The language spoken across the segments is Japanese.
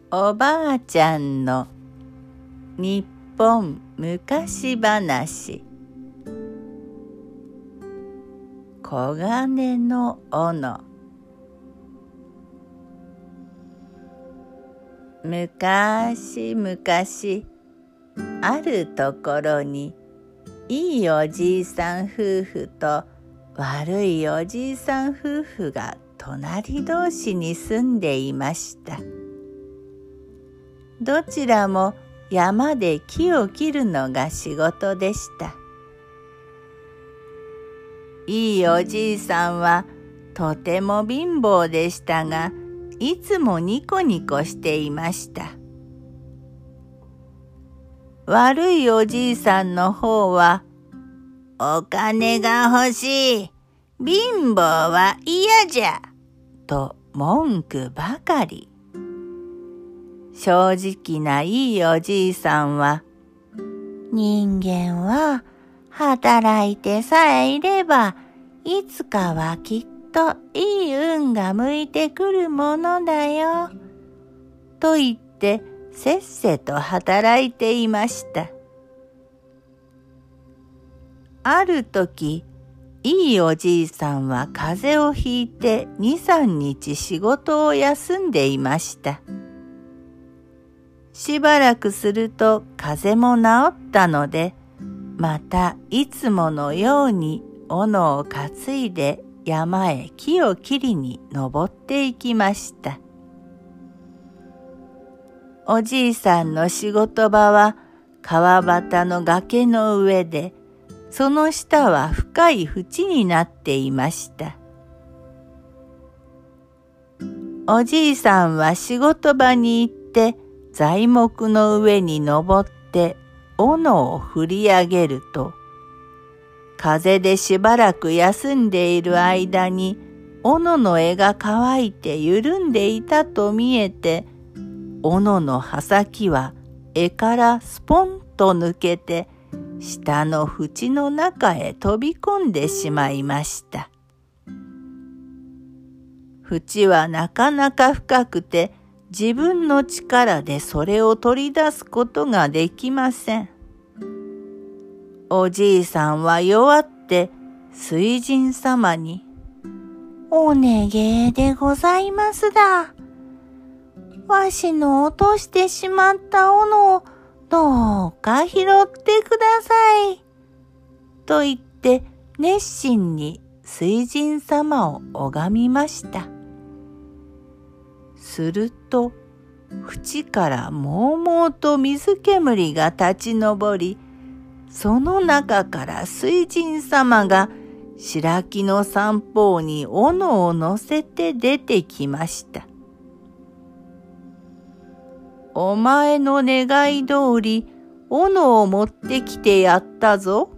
おばあちゃんの日本昔話。黄金の斧。昔々あるところにいいおじいさん夫婦と悪いおじいさん夫婦が隣同士に住んでいました。どちらも山で木を切るのが仕事でした。いいおじいさんはとても貧乏でしたが、いつもニコニコしていました。悪いおじいさんの方は、お金が欲しい、貧乏は嫌じゃ、と文句ばかり。正直ないいおじいさんは、人間は働いてさえいれば、いつかはきっといい運が向いてくるものだよ、と言ってせっせと働いていました。ある時、いいおじいさんは風邪をひいて2、3日仕事を休んでいました。しばらくすると風邪も治ったので、またいつものように斧を担いで山へ木を切りに登っていきました。おじいさんの仕事場は川端の崖の上で、その下は深い淵になっていました。おじいさんは仕事場に行って材木の上に登って斧を振り上げると、風でしばらく休んでいる間に斧の柄が乾いて緩んでいたと見えて、斧の刃先は柄からスポンと抜けて下の淵の中へ飛び込んでしまいました。淵はなかなか深くて、自分の力でそれを取り出すことができません。おじいさんは弱って水神様に、お願えでございますだ。わしの落としてしまった斧をどうか拾ってください。と言って熱心に水神様を拝みました。すると、淵からもうもうと水煙が立ち上り、その中から水神様が白木の三方に斧を乗せて出てきました。お前の願い通り斧を持ってきてやったぞ。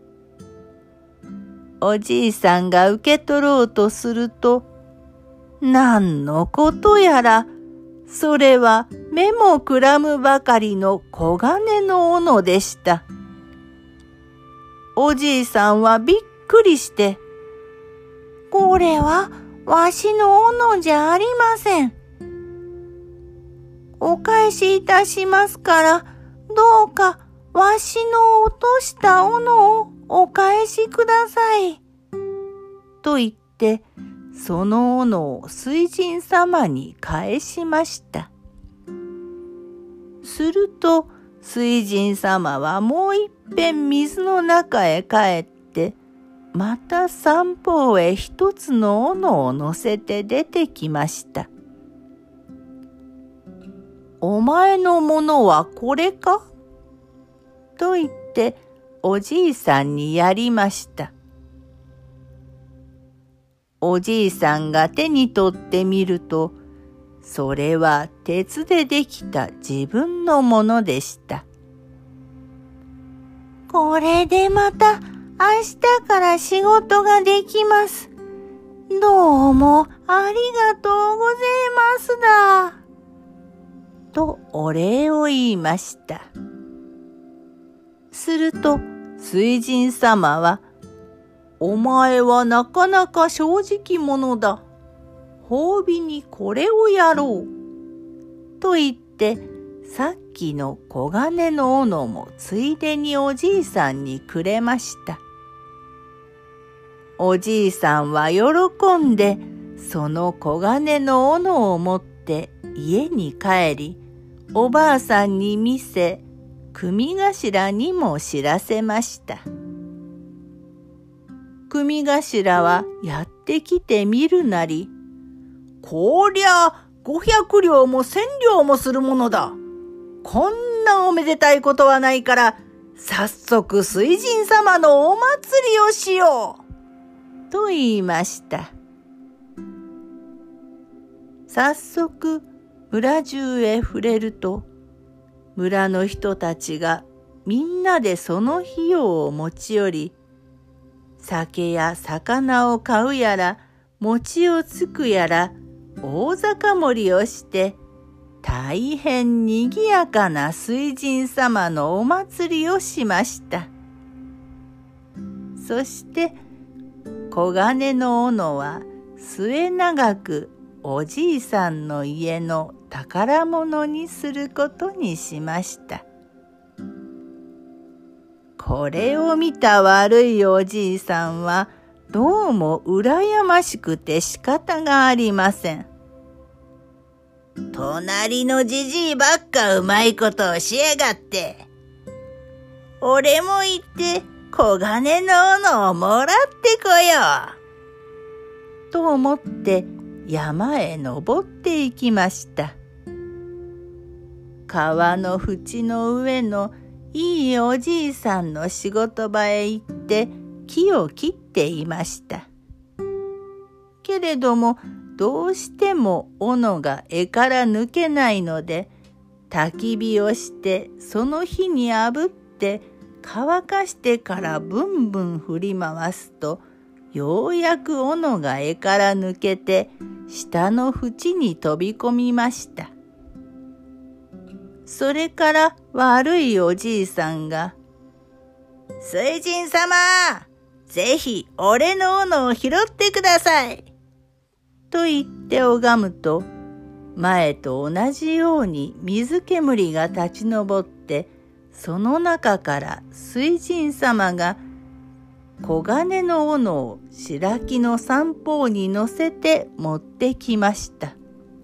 おじいさんが受け取ろうとすると、なんのことやら、それは目もくらむばかりの黄金の斧でした。おじいさんはびっくりして、これはわしの斧じゃありません。お返しいたしますから、どうかわしの落とした斧をお返しください。と言って、その斧を水神様に返しました。すると、水神様はもういっぺん水の中へ帰って、また三方へ一つの斧を乗せて出てきました。お前のものはこれか？と言っておじいさんにやりました。おじいさんが手に取ってみると、それは鉄でできた自分のものでした。これでまた明日から仕事ができます。どうもありがとうございますだ。とお礼を言いました。すると水神様は、お前はなかなか正直者だ。褒美にこれをやろう。と言っってさっきの黄金の斧もついでにおじいさんにくれました。おじいさんは喜んでその黄金の斧を持って家に帰り、おばあさんに見せ、組頭にも知らせました。組頭はやってきてみるなり、こりゃ500両も1000両もするものだ。こんなおめでたいことはないから、早速水神様のお祭りをしよう。と言いました。早速村中へ触れると、村の人たちがみんなでその費用を持ち寄り、酒や魚を買うやら、餅をつくやら、大酒盛りをして、大変にぎやかな水神様のお祭りをしました。そして黄金の斧は末永くおじいさんの家の宝物にすることにしました。これを見た悪いおじいさんはどうも羨ましくて仕方がありません。隣のじじいばっかうまいことをしやがって。俺も行って黄金の斧をもらってこよう。と思って山へ登っていきました。川の縁の上のいいおじいさんの仕事場へ行って木を切っていました。けれどもどうしても斧が柄から抜けないので、焚き火をしてその火に炙って乾かしてからブンブン振り回すと、ようやく斧が柄から抜けて下の縁に飛び込みました。それから悪いおじいさんが、水神様、ぜひ俺の斧を拾ってください。と言って拝むと、前と同じように水煙が立ち上って、その中から水神様が黄金の斧を白木の三方に乗せて持ってきました。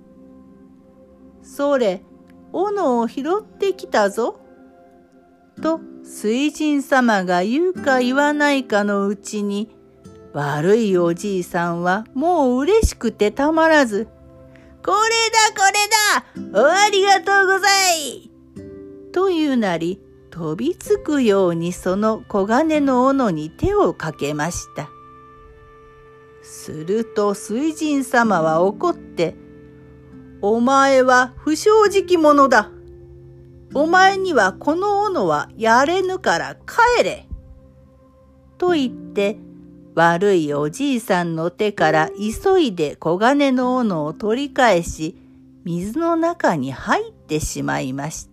それ、斧を拾ってきたぞ。と水神様が言うか言わないかのうちに、悪いおじいさんはもう嬉しくてたまらず、これだおありがとうございというなり、飛びつくようにその黄金の斧に手をかけました。すると水神様は怒って、お前は不正直者だ。お前にはこの斧はやれぬから帰れ。と言って、悪いおじいさんの手から急いで黄金の斧を取り返し、水の中に入ってしまいました。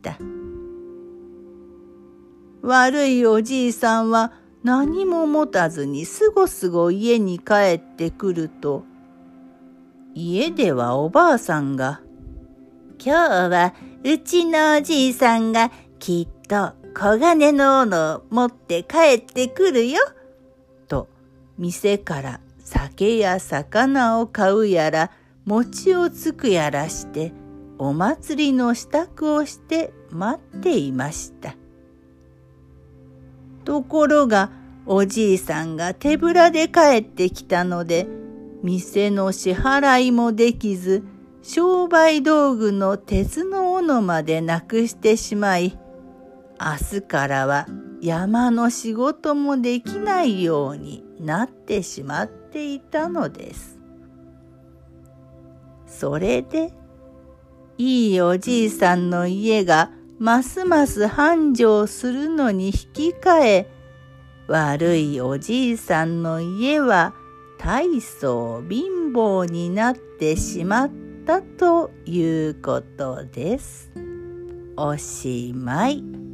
悪いおじいさんは何も持たずにすごすご家に帰ってくると、家ではおばあさんが、今日はうちのおじいさんがきっと黄金の斧を持って帰ってくるよ、と店から酒や魚を買うやら餅をつくやらしてお祭りの支度をして待っていました。ところがおじいさんが手ぶらで帰ってきたので、店の支払いもできず、商売道具の鉄の斧までなくしてしまい、明日からは山の仕事もできないようになってしまっていたのです。それで、いいおじいさんの家がますます繁盛するのに引き換え、悪いおじいさんの家は大層貧乏になってしまったということです。おしまい。